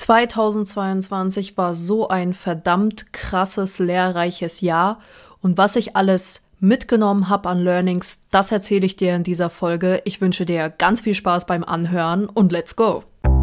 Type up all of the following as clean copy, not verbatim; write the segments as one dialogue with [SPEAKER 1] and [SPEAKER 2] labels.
[SPEAKER 1] 2022 war so ein verdammt krasses, lehrreiches Jahr. Und was ich alles mitgenommen habe an Learnings, das erzähle ich dir in dieser Folge. Ich wünsche dir ganz viel Spaß beim Anhören und let's go!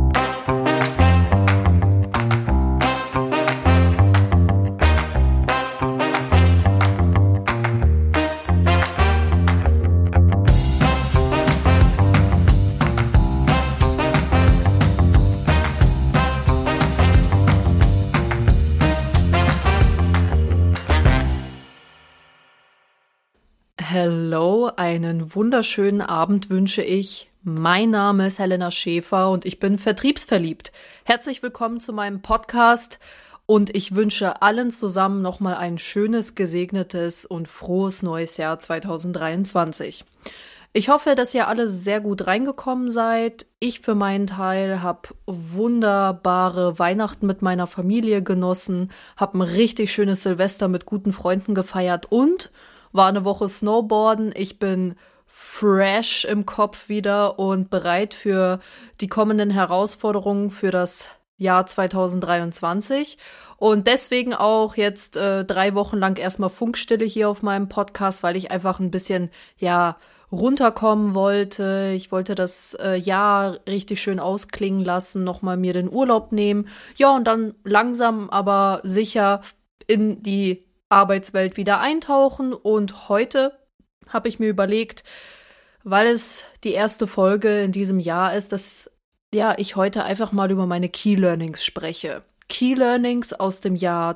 [SPEAKER 1] Hello, einen wunderschönen Abend wünsche ich. Mein Name ist Helena Schäfer und ich bin vertriebsverliebt. Herzlich willkommen zu meinem Podcast und ich wünsche allen zusammen nochmal ein schönes, gesegnetes und frohes neues Jahr 2023. Ich hoffe, dass ihr alle sehr gut reingekommen seid. Ich für meinen Teil habe wunderbare Weihnachten mit meiner Familie genossen, habe ein richtig schönes Silvester mit guten Freunden gefeiert und war eine Woche Snowboarden. Ich bin fresh im Kopf wieder und bereit für die kommenden Herausforderungen für das Jahr 2023. Und deswegen auch jetzt 3 Wochen lang erstmal Funkstille hier auf meinem Podcast, weil ich einfach ein bisschen, runterkommen wollte. Ich wollte das Jahr richtig schön ausklingen lassen, nochmal mir den Urlaub nehmen. Ja, und dann langsam, aber sicher in die Arbeitswelt wieder eintauchen. Und heute habe ich mir überlegt, weil es die erste Folge in diesem Jahr ist, dass ich heute einfach mal über meine Key Learnings spreche. Key Learnings aus dem Jahr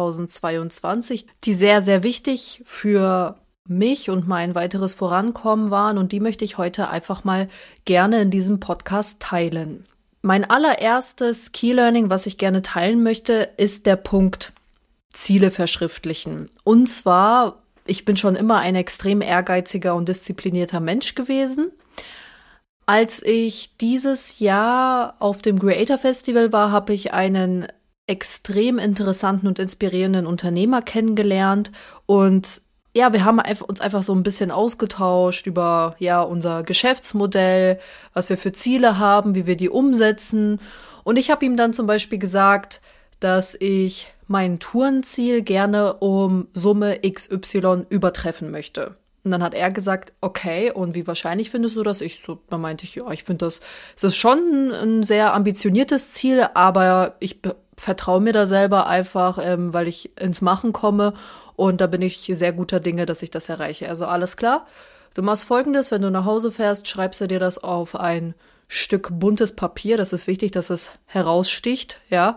[SPEAKER 1] 2022, die sehr, sehr wichtig für mich und mein weiteres Vorankommen waren, und die möchte ich heute einfach mal gerne in diesem Podcast teilen. Mein allererstes Key Learning, was ich gerne teilen möchte, ist der Punkt Ziele verschriftlichen. Und zwar, ich bin schon immer ein extrem ehrgeiziger und disziplinierter Mensch gewesen. Als ich dieses Jahr auf dem Creator Festival war, habe ich einen extrem interessanten und inspirierenden Unternehmer kennengelernt. Und wir haben uns einfach so ein bisschen ausgetauscht über unser Geschäftsmodell, was wir für Ziele haben, wie wir die umsetzen. Und ich habe ihm dann zum Beispiel gesagt, dass ich mein Tourenziel gerne um Summe XY übertreffen möchte. Und dann hat er gesagt, okay, und wie wahrscheinlich findest du das? Da meinte ich, ich finde es ist schon ein sehr ambitioniertes Ziel, aber ich vertraue mir da selber einfach, weil ich ins Machen komme, und da bin ich sehr guter Dinge, dass ich das erreiche. Also alles klar, du machst Folgendes: Wenn du nach Hause fährst, schreibst du dir das auf ein Stück buntes Papier, das ist wichtig, dass es heraussticht,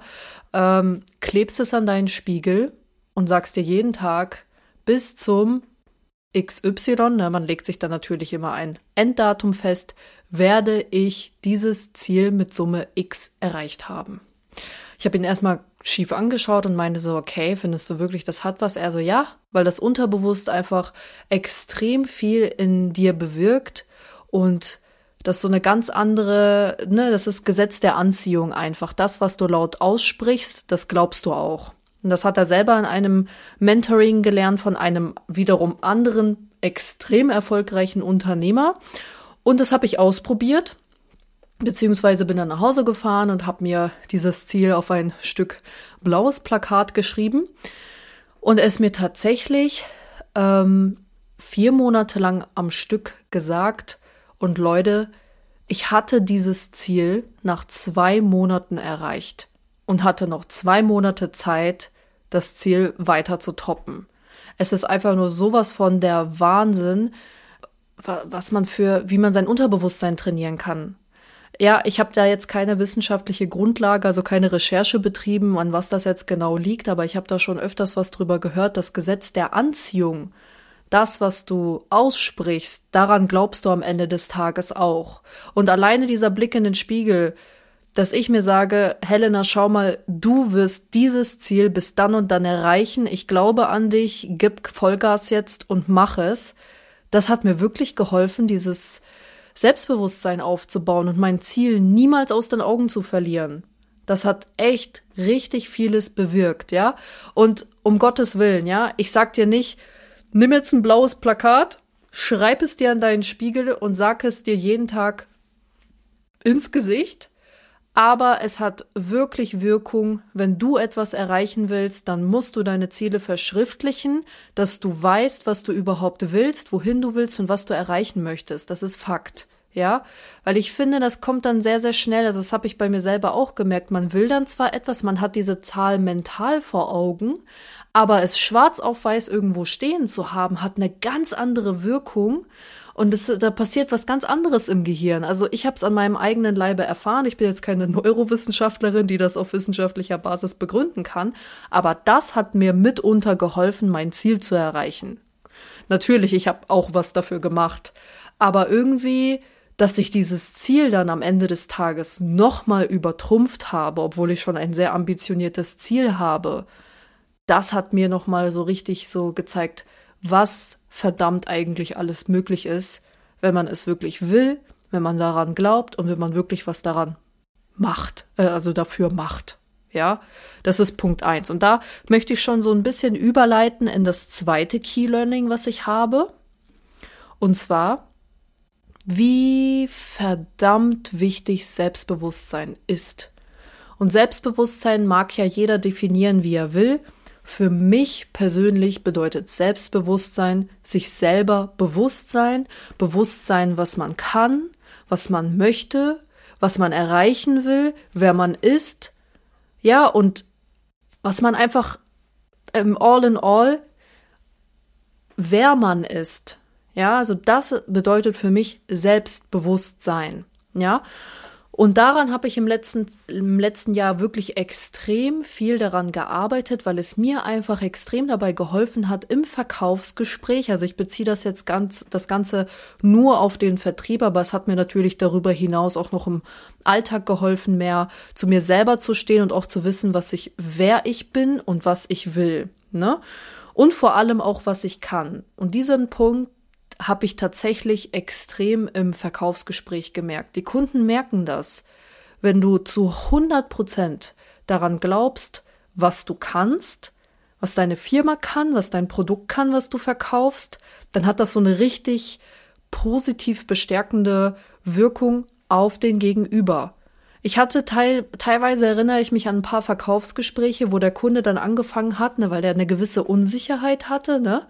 [SPEAKER 1] klebst es an deinen Spiegel und sagst dir jeden Tag bis zum XY, man legt sich dann natürlich immer ein Enddatum fest, werde ich dieses Ziel mit Summe X erreicht haben. Ich habe ihn erstmal schief angeschaut und meinte so, okay, findest du wirklich, das hat was? Er so, ja, weil das unterbewusst einfach extrem viel in dir bewirkt und das ist so eine ganz andere, das ist Gesetz der Anziehung einfach. Das, was du laut aussprichst, das glaubst du auch. Und das hat er selber in einem Mentoring gelernt von einem wiederum anderen, extrem erfolgreichen Unternehmer. Und das habe ich ausprobiert, beziehungsweise bin dann nach Hause gefahren und habe mir dieses Ziel auf ein Stück blaues Plakat geschrieben. Und es mir tatsächlich 4 Monate lang am Stück gesagt. Und Leute, ich hatte dieses Ziel nach 2 Monaten erreicht und hatte noch 2 Monate Zeit, das Ziel weiter zu toppen. Es ist einfach nur sowas von der Wahnsinn, wie man sein Unterbewusstsein trainieren kann. Ja, ich habe da jetzt keine wissenschaftliche Grundlage, also keine Recherche betrieben, an was das jetzt genau liegt, aber ich habe da schon öfters was drüber gehört, das Gesetz der Anziehung. Das, was du aussprichst, daran glaubst du am Ende des Tages auch. Und alleine dieser Blick in den Spiegel, dass ich mir sage, Helena, schau mal, du wirst dieses Ziel bis dann und dann erreichen. Ich glaube an dich, gib Vollgas jetzt und mach es. Das hat mir wirklich geholfen, dieses Selbstbewusstsein aufzubauen und mein Ziel niemals aus den Augen zu verlieren. Das hat echt richtig vieles bewirkt, Und um Gottes Willen, ich sag dir nicht, nimm jetzt ein blaues Plakat, schreib es dir an deinen Spiegel und sag es dir jeden Tag ins Gesicht. Aber es hat wirklich Wirkung, wenn du etwas erreichen willst, dann musst du deine Ziele verschriftlichen, dass du weißt, was du überhaupt willst, wohin du willst und was du erreichen möchtest. Das ist Fakt, ja? Weil ich finde, das kommt dann sehr, sehr schnell. Also das habe ich bei mir selber auch gemerkt. Man will dann zwar etwas, man hat diese Zahl mental vor Augen, aber es schwarz auf weiß irgendwo stehen zu haben, hat eine ganz andere Wirkung. Und da passiert was ganz anderes im Gehirn. Also ich habe es an meinem eigenen Leibe erfahren. Ich bin jetzt keine Neurowissenschaftlerin, die das auf wissenschaftlicher Basis begründen kann. Aber das hat mir mitunter geholfen, mein Ziel zu erreichen. Natürlich, ich habe auch was dafür gemacht. Aber irgendwie, dass ich dieses Ziel dann am Ende des Tages nochmal übertrumpft habe, obwohl ich schon ein sehr ambitioniertes Ziel habe, das hat mir nochmal so richtig so gezeigt, was verdammt eigentlich alles möglich ist, wenn man es wirklich will, wenn man daran glaubt und wenn man wirklich was daran macht, also dafür macht. Ja, das ist Punkt 1. Und da möchte ich schon so ein bisschen überleiten in das zweite Key Learning, was ich habe. Und zwar, wie verdammt wichtig Selbstbewusstsein ist. Und Selbstbewusstsein mag ja jeder definieren, wie er will. Für mich persönlich bedeutet Selbstbewusstsein, sich selber bewusst sein, was man kann, was man möchte, was man erreichen will, wer man ist, ja, und was man einfach all in all, wer man ist. Ja, also das bedeutet für mich Selbstbewusstsein, ja. Und daran habe ich im letzten Jahr wirklich extrem viel daran gearbeitet, weil es mir einfach extrem dabei geholfen hat im Verkaufsgespräch. Also ich beziehe das Ganze nur auf den Vertrieb, aber es hat mir natürlich darüber hinaus auch noch im Alltag geholfen, mehr zu mir selber zu stehen und auch zu wissen, wer ich bin und was ich will, ne? Und vor allem auch, was ich kann. Und diesen Punkt habe ich tatsächlich extrem im Verkaufsgespräch gemerkt. Die Kunden merken das. Wenn du zu 100% daran glaubst, was du kannst, was deine Firma kann, was dein Produkt kann, was du verkaufst, dann hat das so eine richtig positiv bestärkende Wirkung auf den Gegenüber. Ich hatte teilweise erinnere ich mich an ein paar Verkaufsgespräche, wo der Kunde dann angefangen hat, ne, weil der eine gewisse Unsicherheit hatte, ne,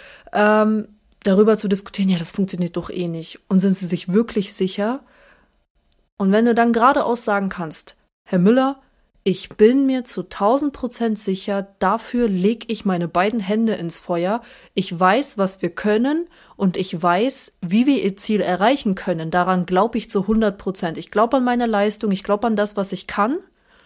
[SPEAKER 1] darüber zu diskutieren, ja, das funktioniert doch eh nicht. Und sind sie sich wirklich sicher? Und wenn du dann geradeaus sagen kannst, Herr Müller, ich bin mir zu 1000% sicher, dafür lege ich meine beiden Hände ins Feuer. Ich weiß, was wir können und ich weiß, wie wir ihr Ziel erreichen können. Daran glaube ich zu 100%. Ich glaube an meine Leistung, ich glaube an das, was ich kann.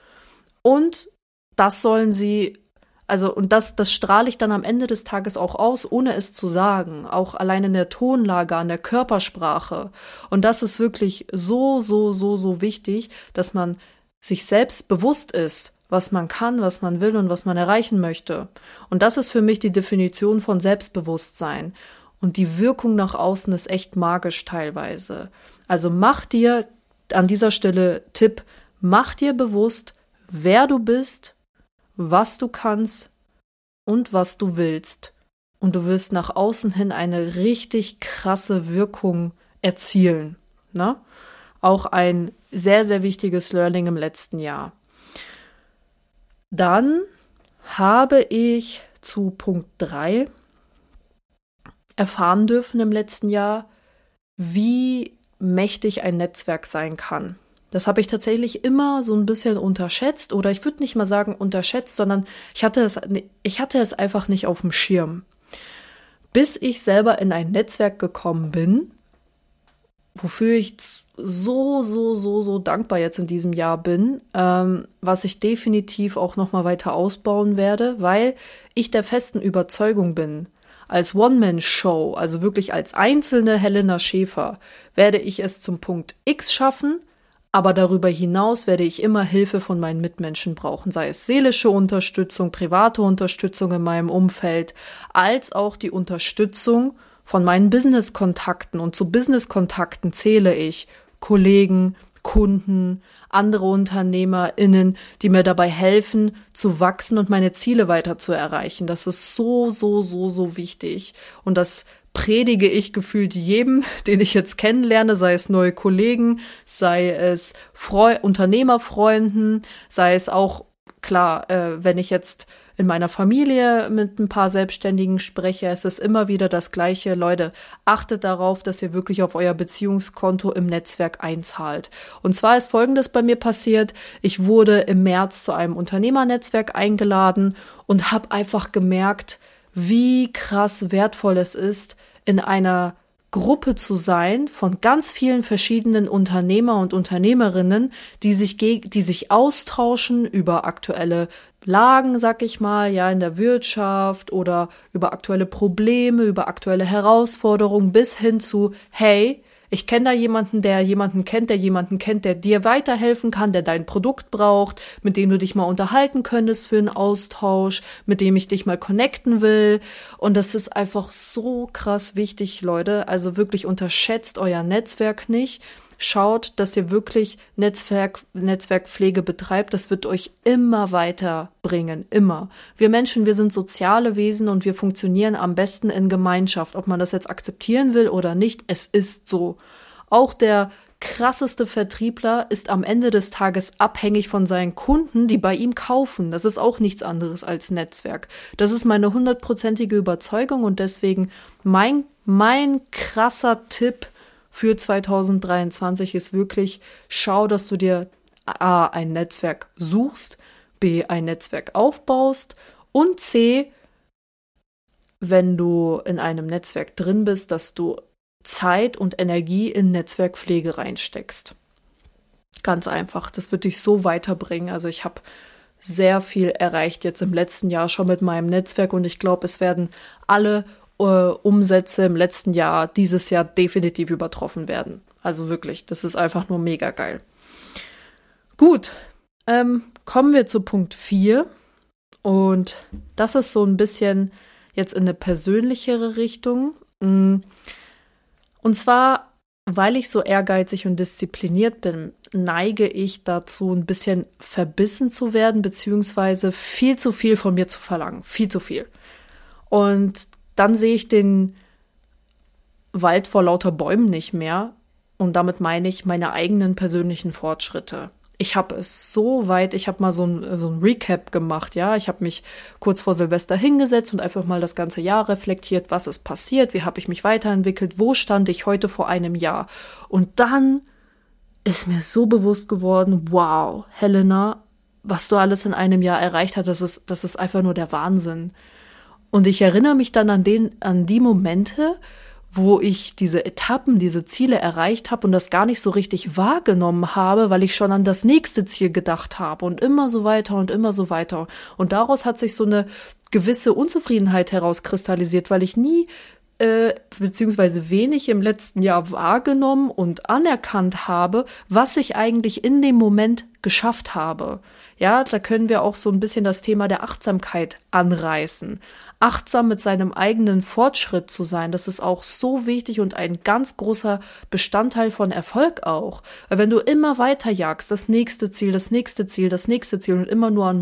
[SPEAKER 1] Und das sollen sie, und das strahle ich dann am Ende des Tages auch aus, ohne es zu sagen. Auch allein in der Tonlage, an der Körpersprache. Und das ist wirklich so, so, so, so wichtig, dass man sich selbst bewusst ist, was man kann, was man will und was man erreichen möchte. Und das ist für mich die Definition von Selbstbewusstsein. Und die Wirkung nach außen ist echt magisch teilweise. Also mach dir, an dieser Stelle Tipp, mach dir bewusst, wer du bist, was du kannst und was du willst. Und du wirst nach außen hin eine richtig krasse Wirkung erzielen. Ne? Auch ein sehr, sehr wichtiges Learning im letzten Jahr. Dann habe ich zu Punkt 3 erfahren dürfen im letzten Jahr, wie mächtig ein Netzwerk sein kann. Das habe ich tatsächlich immer so ein bisschen unterschätzt, oder ich würde nicht mal sagen unterschätzt, sondern ich hatte es einfach nicht auf dem Schirm. Bis ich selber in ein Netzwerk gekommen bin, wofür ich so, so, so, so dankbar jetzt in diesem Jahr bin, was ich definitiv auch noch mal weiter ausbauen werde, weil ich der festen Überzeugung bin, als One-Man-Show, also wirklich als einzelne Helena Schäfer, werde ich es zum Punkt X schaffen, aber darüber hinaus werde ich immer Hilfe von meinen Mitmenschen brauchen, sei es seelische Unterstützung, private Unterstützung in meinem Umfeld, als auch die Unterstützung von meinen Business-Kontakten. Und zu Business-Kontakten zähle ich Kollegen, Kunden, andere UnternehmerInnen, die mir dabei helfen, zu wachsen und meine Ziele weiter zu erreichen. Das ist so, so, so, so wichtig. Und das predige ich gefühlt jedem, den ich jetzt kennenlerne, sei es neue Kollegen, sei es Unternehmerfreunden, sei es auch, klar, wenn ich jetzt in meiner Familie mit ein paar Selbstständigen spreche, es ist immer wieder das Gleiche. Leute, achtet darauf, dass ihr wirklich auf euer Beziehungskonto im Netzwerk einzahlt. Und zwar ist Folgendes bei mir passiert. Ich wurde im März zu einem Unternehmernetzwerk eingeladen und habe einfach gemerkt, wie krass wertvoll es ist, in einer Gruppe zu sein von ganz vielen verschiedenen Unternehmer und Unternehmerinnen, die sich austauschen über aktuelle Lagen, sag ich mal, ja, in der Wirtschaft oder über aktuelle Probleme, über aktuelle Herausforderungen bis hin zu, hey, ich kenne da jemanden, der jemanden kennt, der dir weiterhelfen kann, der dein Produkt braucht, mit dem du dich mal unterhalten könntest für einen Austausch, mit dem ich dich mal connecten will. Und das ist einfach so krass wichtig, Leute. Also wirklich unterschätzt euer Netzwerk nicht. Schaut, dass ihr wirklich Netzwerkpflege betreibt. Das wird euch immer weiterbringen, immer. Wir Menschen, wir sind soziale Wesen und wir funktionieren am besten in Gemeinschaft. Ob man das jetzt akzeptieren will oder nicht, es ist so. Auch der krasseste Vertriebler ist am Ende des Tages abhängig von seinen Kunden, die bei ihm kaufen. Das ist auch nichts anderes als Netzwerk. Das ist meine 100%ige Überzeugung und deswegen mein krasser Tipp für 2023 ist wirklich, schau, dass du dir A, ein Netzwerk suchst, B, ein Netzwerk aufbaust und C, wenn du in einem Netzwerk drin bist, dass du Zeit und Energie in Netzwerkpflege reinsteckst. Ganz einfach, das wird dich so weiterbringen. Also ich habe sehr viel erreicht jetzt im letzten Jahr schon mit meinem Netzwerk und ich glaube, es werden alle Umsätze im letzten Jahr, dieses Jahr definitiv übertroffen werden. Also wirklich, das ist einfach nur mega geil. Gut, kommen wir zu Punkt 4 und das ist so ein bisschen jetzt in eine persönlichere Richtung. Und zwar, weil ich so ehrgeizig und diszipliniert bin, neige ich dazu, ein bisschen verbissen zu werden, beziehungsweise viel zu viel von mir zu verlangen. Viel zu viel. Und dann sehe ich den Wald vor lauter Bäumen nicht mehr. Und damit meine ich meine eigenen persönlichen Fortschritte. Ich habe es so weit, ich habe mal so ein Recap gemacht, ja. Ich habe mich kurz vor Silvester hingesetzt und einfach mal das ganze Jahr reflektiert, was ist passiert, wie habe ich mich weiterentwickelt, wo stand ich heute vor einem Jahr. Und dann ist mir so bewusst geworden, wow, Helena, was du alles in einem Jahr erreicht hast, das ist einfach nur der Wahnsinn. Und ich erinnere mich dann an die Momente, wo ich diese Etappen, diese Ziele erreicht habe und das gar nicht so richtig wahrgenommen habe, weil ich schon an das nächste Ziel gedacht habe und immer so weiter und immer so weiter. Und daraus hat sich so eine gewisse Unzufriedenheit herauskristallisiert, weil ich nie beziehungsweise wenig im letzten Jahr wahrgenommen und anerkannt habe, was ich eigentlich in dem Moment geschafft habe. Ja, da können wir auch so ein bisschen das Thema der Achtsamkeit anreißen. Achtsam mit seinem eigenen Fortschritt zu sein, das ist auch so wichtig und ein ganz großer Bestandteil von Erfolg auch. Weil wenn du immer weiter jagst, das nächste Ziel, das nächste Ziel, das nächste Ziel und immer nur an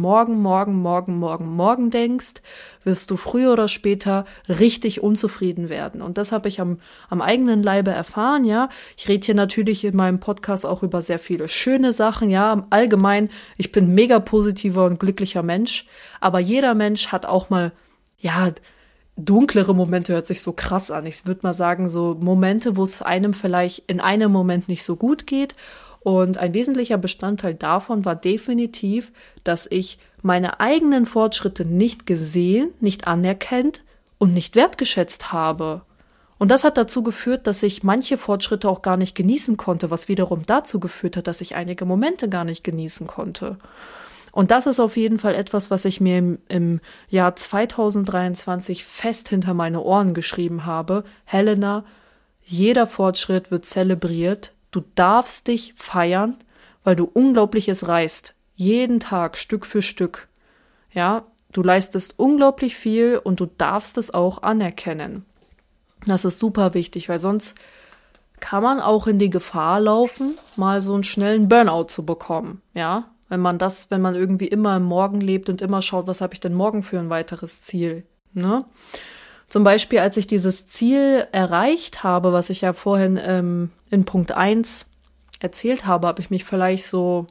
[SPEAKER 1] morgen denkst, wirst du früher oder später richtig unzufrieden werden. Und das habe ich am eigenen Leibe erfahren, ja. Ich rede hier natürlich in meinem Podcast auch über sehr viele schöne Sachen, ja. Allgemein, ich bin mega positiver und glücklicher Mensch, aber jeder Mensch hat auch mal, ja, dunklere Momente, hört sich so krass an. Ich würde mal sagen, so Momente, wo es einem vielleicht in einem Moment nicht so gut geht. Und ein wesentlicher Bestandteil davon war definitiv, dass ich meine eigenen Fortschritte nicht gesehen, nicht anerkannt und nicht wertgeschätzt habe. Und das hat dazu geführt, dass ich manche Fortschritte auch gar nicht genießen konnte, was wiederum dazu geführt hat, dass ich einige Momente gar nicht genießen konnte. Und das ist auf jeden Fall etwas, was ich mir im Jahr 2023 fest hinter meine Ohren geschrieben habe. Helena, jeder Fortschritt wird zelebriert. Du darfst dich feiern, weil du Unglaubliches reißt. Jeden Tag, Stück für Stück. Ja, du leistest unglaublich viel und du darfst es auch anerkennen. Das ist super wichtig, weil sonst kann man auch in die Gefahr laufen, mal so einen schnellen Burnout zu bekommen. Ja, wenn man irgendwie immer im Morgen lebt und immer schaut, was habe ich denn morgen für ein weiteres Ziel, ne? Zum Beispiel, als ich dieses Ziel erreicht habe, was ich ja vorhin in Punkt 1 erzählt habe, habe ich mich vielleicht so,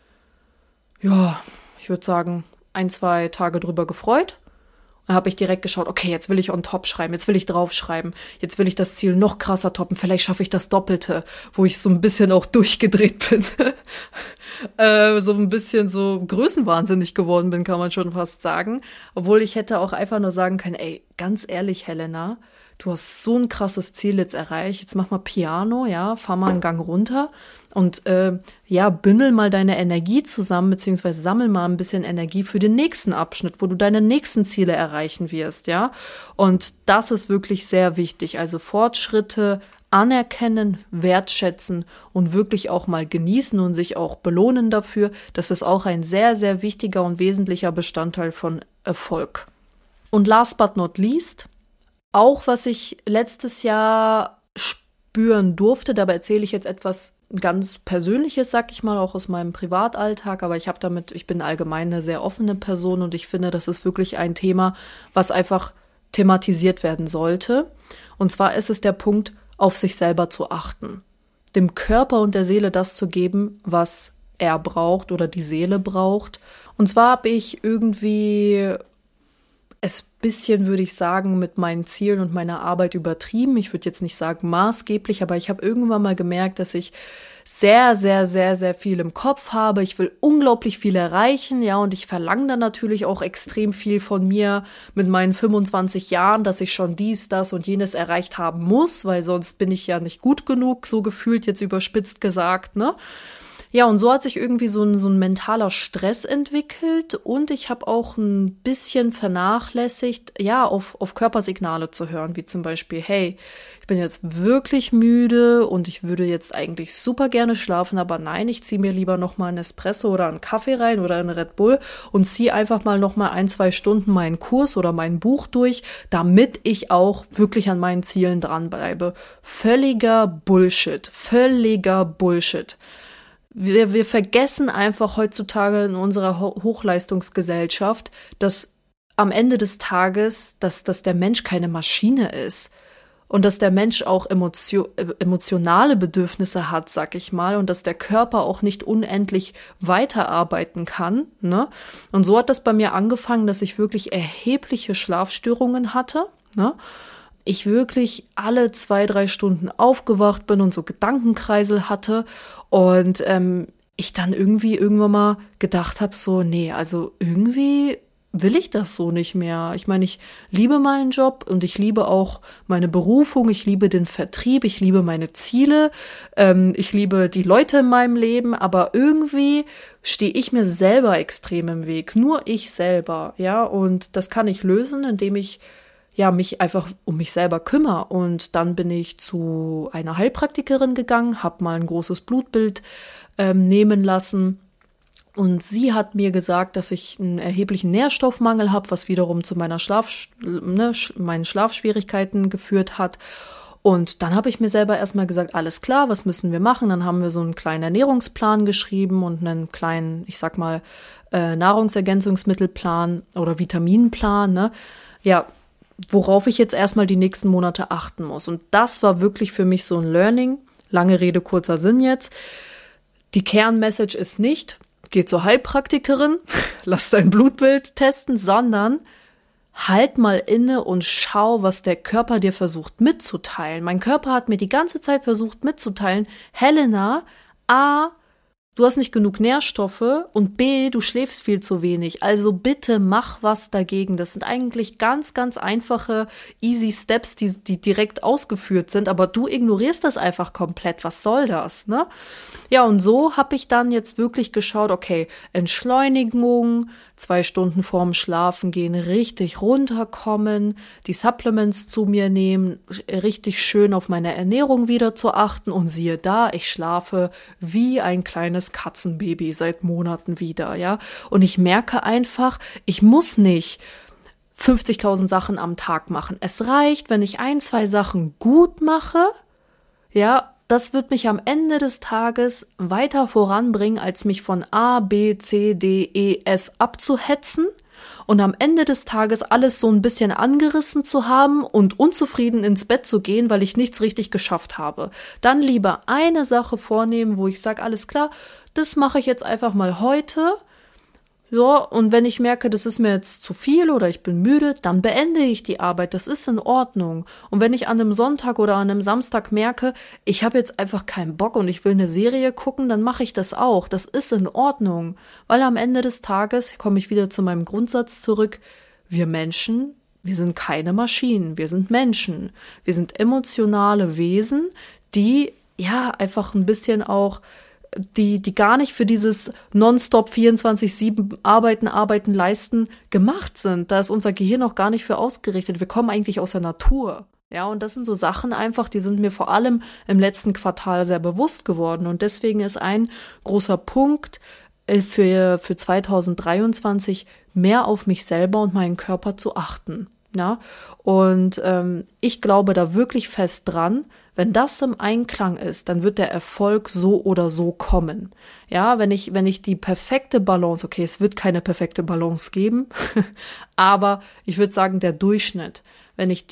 [SPEAKER 1] ja, ich würde sagen, 1, 2 Tage drüber gefreut. Dann habe ich direkt geschaut, okay, jetzt will ich on top schreiben, jetzt will ich draufschreiben, jetzt will ich das Ziel noch krasser toppen, vielleicht schaffe ich das Doppelte, wo ich so ein bisschen auch durchgedreht bin. So ein bisschen so größenwahnsinnig geworden bin, kann man schon fast sagen. Obwohl ich hätte auch einfach nur sagen können, ey, ganz ehrlich, Helena, du hast so ein krasses Ziel jetzt erreicht, jetzt mach mal Piano, ja, fahr mal einen Gang runter und ja, bündel mal deine Energie zusammen, beziehungsweise sammel mal ein bisschen Energie für den nächsten Abschnitt, wo du deine nächsten Ziele erreichen wirst, ja. Und das ist wirklich sehr wichtig. Also Fortschritte anerkennen, wertschätzen und wirklich auch mal genießen und sich auch belohnen dafür. Das ist auch ein sehr, sehr wichtiger und wesentlicher Bestandteil von Erfolg. Und last but not least, auch was ich letztes Jahr spüren durfte, dabei erzähle ich jetzt etwas ganz Persönliches, sag ich mal, auch aus meinem Privatalltag, aber ich bin allgemein eine sehr offene Person und ich finde, das ist wirklich ein Thema, was einfach thematisiert werden sollte. Und zwar ist es der Punkt, auf sich selber zu achten, dem Körper und der Seele das zu geben, was er braucht oder die Seele braucht. Und zwar habe ich irgendwie es bisschen, würde ich sagen, mit meinen Zielen und meiner Arbeit übertrieben. Ich würde jetzt nicht sagen maßgeblich, aber ich habe irgendwann mal gemerkt, dass ich sehr, sehr, sehr, sehr viel im Kopf habe. Ich will unglaublich viel erreichen, ja, und ich verlange dann natürlich auch extrem viel von mir mit meinen 25 Jahren, dass ich schon dies, das und jenes erreicht haben muss, weil sonst bin ich ja nicht gut genug, so gefühlt jetzt überspitzt gesagt, ne? Ja, und so hat sich irgendwie so ein mentaler Stress entwickelt und ich habe auch ein bisschen vernachlässigt, ja, auf Körpersignale zu hören, wie zum Beispiel, hey, ich bin jetzt wirklich müde und ich würde jetzt eigentlich super gerne schlafen, aber nein, ich ziehe mir lieber nochmal einen Espresso oder einen Kaffee rein oder einen Red Bull und ziehe einfach mal nochmal 1, 2 Stunden meinen Kurs oder mein Buch durch, damit ich auch wirklich an meinen Zielen dranbleibe. Völliger Bullshit, völliger Bullshit. Wir vergessen einfach heutzutage in unserer Hochleistungsgesellschaft, dass am Ende des Tages, dass der Mensch keine Maschine ist und dass der Mensch auch emotionale Bedürfnisse hat, sag ich mal, und dass der Körper auch nicht unendlich weiterarbeiten kann, ne? Und so hat das bei mir angefangen, dass ich wirklich erhebliche Schlafstörungen hatte, ne? Ich wirklich alle 2, 3 Stunden aufgewacht bin und so Gedankenkreisel hatte und ich dann irgendwie irgendwann mal gedacht habe, so, nee, also irgendwie will ich das so nicht mehr. Ich meine, ich liebe meinen Job und ich liebe auch meine Berufung, ich liebe den Vertrieb, ich liebe meine Ziele, ich liebe die Leute in meinem Leben, aber irgendwie stehe ich mir selber extrem im Weg. Nur ich selber, ja, und das kann ich lösen, indem ich mich einfach um mich selber kümmere. Und dann bin ich zu einer Heilpraktikerin gegangen, habe mal ein großes Blutbild nehmen lassen. Und sie hat mir gesagt, dass ich einen erheblichen Nährstoffmangel habe, was wiederum zu meinen Schlafschwierigkeiten geführt hat. Und dann habe ich mir selber erstmal gesagt, alles klar, was müssen wir machen? Dann haben wir so einen kleinen Ernährungsplan geschrieben und einen kleinen, ich sag mal, Nahrungsergänzungsmittelplan oder Vitaminplan, ne? Ja, worauf ich jetzt erstmal die nächsten Monate achten muss. Und das war wirklich für mich so ein Learning. Lange Rede, kurzer Sinn jetzt. Die Kernmessage ist nicht, geh zur Heilpraktikerin, lass dein Blutbild testen, sondern halt mal inne und schau, was der Körper dir versucht mitzuteilen. Mein Körper hat mir die ganze Zeit versucht mitzuteilen, Helena, A, du hast nicht genug Nährstoffe und B, du schläfst viel zu wenig. Also bitte mach was dagegen. Das sind eigentlich ganz, ganz einfache, easy Steps, die direkt ausgeführt sind, aber du ignorierst das einfach komplett. Was soll das, ne? Ja, und so habe ich dann jetzt wirklich geschaut, okay, Entschleunigung, 2 Stunden vorm Schlafen gehen, richtig runterkommen, die Supplements zu mir nehmen, richtig schön auf meine Ernährung wieder zu achten und siehe da, ich schlafe wie ein kleines Katzenbaby seit Monaten wieder, ja. Und ich merke einfach, ich muss nicht 50.000 Sachen am Tag machen. Es reicht, wenn ich 1, 2 Sachen gut mache, ja. Das wird mich am Ende des Tages weiter voranbringen, als mich von A, B, C, D, E, F abzuhetzen Und am Ende des Tages alles so ein bisschen angerissen zu haben und unzufrieden ins Bett zu gehen, weil ich nichts richtig geschafft habe. Dann lieber eine Sache vornehmen, wo ich sage, alles klar, das mache ich jetzt einfach mal heute. Ja, und wenn ich merke, das ist mir jetzt zu viel oder ich bin müde, dann beende ich die Arbeit. Das ist in Ordnung. Und wenn ich an einem Sonntag oder an einem Samstag merke, ich habe jetzt einfach keinen Bock und ich will eine Serie gucken, dann mache ich das auch. Das ist in Ordnung. Weil am Ende des Tages komme ich wieder zu meinem Grundsatz zurück. Wir Menschen, wir sind keine Maschinen. Wir sind Menschen. Wir sind emotionale Wesen, die ja einfach ein bisschen auch die gar nicht für dieses nonstop 24/7 Arbeiten, leisten gemacht sind. Da ist unser Gehirn auch gar nicht für ausgerichtet. Wir kommen eigentlich aus der Natur. Ja, und das sind so Sachen einfach, die sind mir vor allem im letzten Quartal sehr bewusst geworden. Und deswegen ist ein großer Punkt für 2023 mehr auf mich selber und meinen Körper zu achten. Ja, und ich glaube da wirklich fest dran, wenn das im Einklang ist, dann wird der Erfolg so oder so kommen. Ja, wenn ich die perfekte Balance, okay, es wird keine perfekte Balance geben, aber ich würde sagen, der Durchschnitt, wenn ich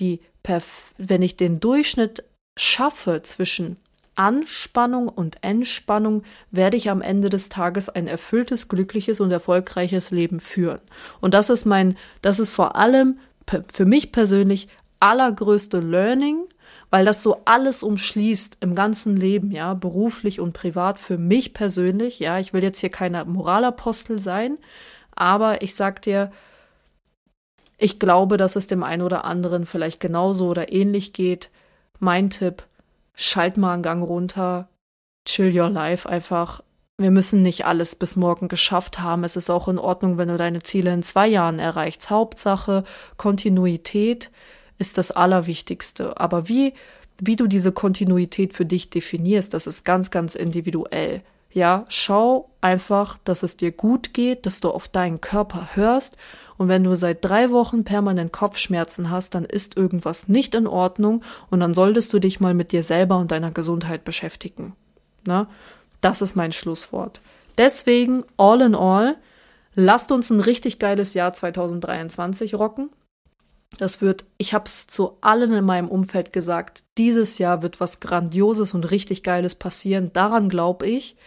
[SPEAKER 1] den Durchschnitt schaffe zwischen Anspannung und Entspannung, werde ich am Ende des Tages ein erfülltes, glückliches und erfolgreiches Leben führen. Und das ist vor allem für mich persönlich allergrößte Learning, weil das so alles umschließt im ganzen Leben, ja, beruflich und privat für mich persönlich, ja, ich will jetzt hier keine Moralapostel sein, aber ich sag dir, ich glaube, dass es dem einen oder anderen vielleicht genauso oder ähnlich geht. Mein Tipp, schalt mal einen Gang runter, chill your life einfach. Wir müssen nicht alles bis morgen geschafft haben. Es ist auch in Ordnung, wenn du deine Ziele in 2 Jahren erreichst. Hauptsache, Kontinuität ist das Allerwichtigste. Aber wie du diese Kontinuität für dich definierst, das ist ganz, ganz individuell. Ja, schau einfach, dass es dir gut geht, dass du auf deinen Körper hörst. Und wenn du seit 3 Wochen permanent Kopfschmerzen hast, dann ist irgendwas nicht in Ordnung und dann solltest du dich mal mit dir selber und deiner Gesundheit beschäftigen. Na? Das ist mein Schlusswort. Deswegen, all in all, lasst uns ein richtig geiles Jahr 2023 rocken. Ich habe es zu allen in meinem Umfeld gesagt, dieses Jahr wird was Grandioses und richtig Geiles passieren. Daran glaube ich.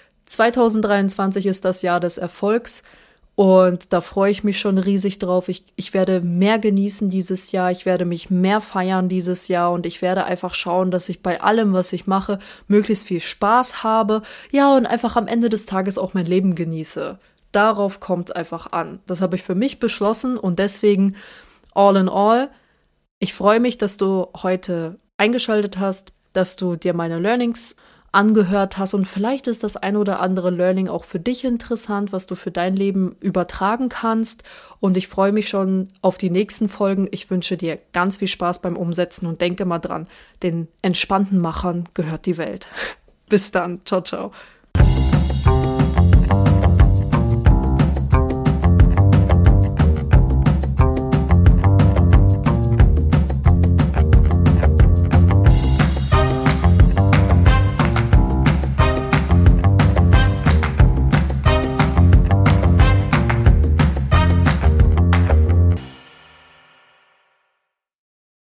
[SPEAKER 1] 2023 ist das Jahr des Erfolgs und da freue ich mich schon riesig drauf. Ich werde mehr genießen dieses Jahr, ich werde mich mehr feiern dieses Jahr und ich werde einfach schauen, dass ich bei allem, was ich mache, möglichst viel Spaß habe. Ja, und einfach am Ende des Tages auch mein Leben genieße. Darauf kommt es einfach an. Das habe ich für mich beschlossen und deswegen all in all, ich freue mich, dass du heute eingeschaltet hast, dass du dir meine Learnings angehört hast und vielleicht ist das ein oder andere Learning auch für dich interessant, was du für dein Leben übertragen kannst und ich freue mich schon auf die nächsten Folgen. Ich wünsche dir ganz viel Spaß beim Umsetzen und denke mal dran, den entspannten Machern gehört die Welt. Bis dann. Ciao, ciao.